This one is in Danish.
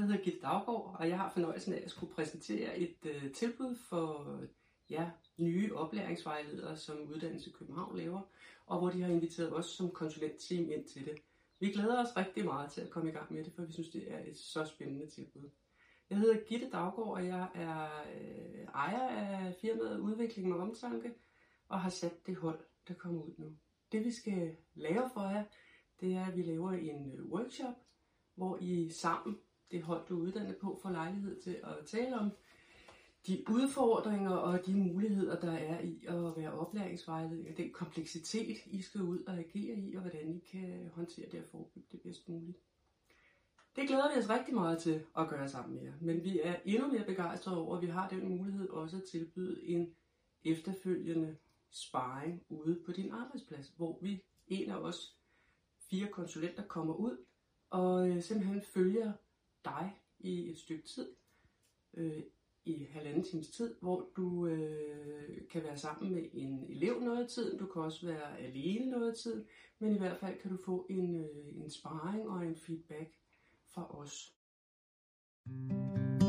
hedder Gitte Daugaard, og jeg har fornøjelsen af at skulle præsentere et tilbud for nye oplæringsvejledere, som Uddannelse København laver, og hvor de har inviteret os som konsulentteam ind til det. Vi glæder os rigtig meget til at komme i gang med det, for vi synes, det er et så spændende tilbud. Jeg hedder Gitte Daugaard, og jeg er ejer af firmaet Udvikling med Omtanke, og har sat det hold, der kommer ud nu. Det vi skal lave for jer, det er, at vi laver en workshop, hvor I sammen, det hold du er uddannet på, får lejlighed til at tale om de udfordringer og de muligheder, der er i at være oplæringsvejleder, den kompleksitet, I skal ud og agere i, og hvordan I kan håndtere det og forebygge det bedst muligt. Det glæder vi os rigtig meget til at gøre sammen med jer, men vi er endnu mere begejstrede over, at vi har den mulighed også at tilbyde en efterfølgende sparring ude på din arbejdsplads, hvor vi, en af os 4 konsulenter, kommer ud og simpelthen følger dig i et stykke tid, i 1,5 times tid, hvor du kan være sammen med en elev noget af tiden, du kan også være alene noget af tiden, men i hvert fald kan du få en sparring og en feedback fra os.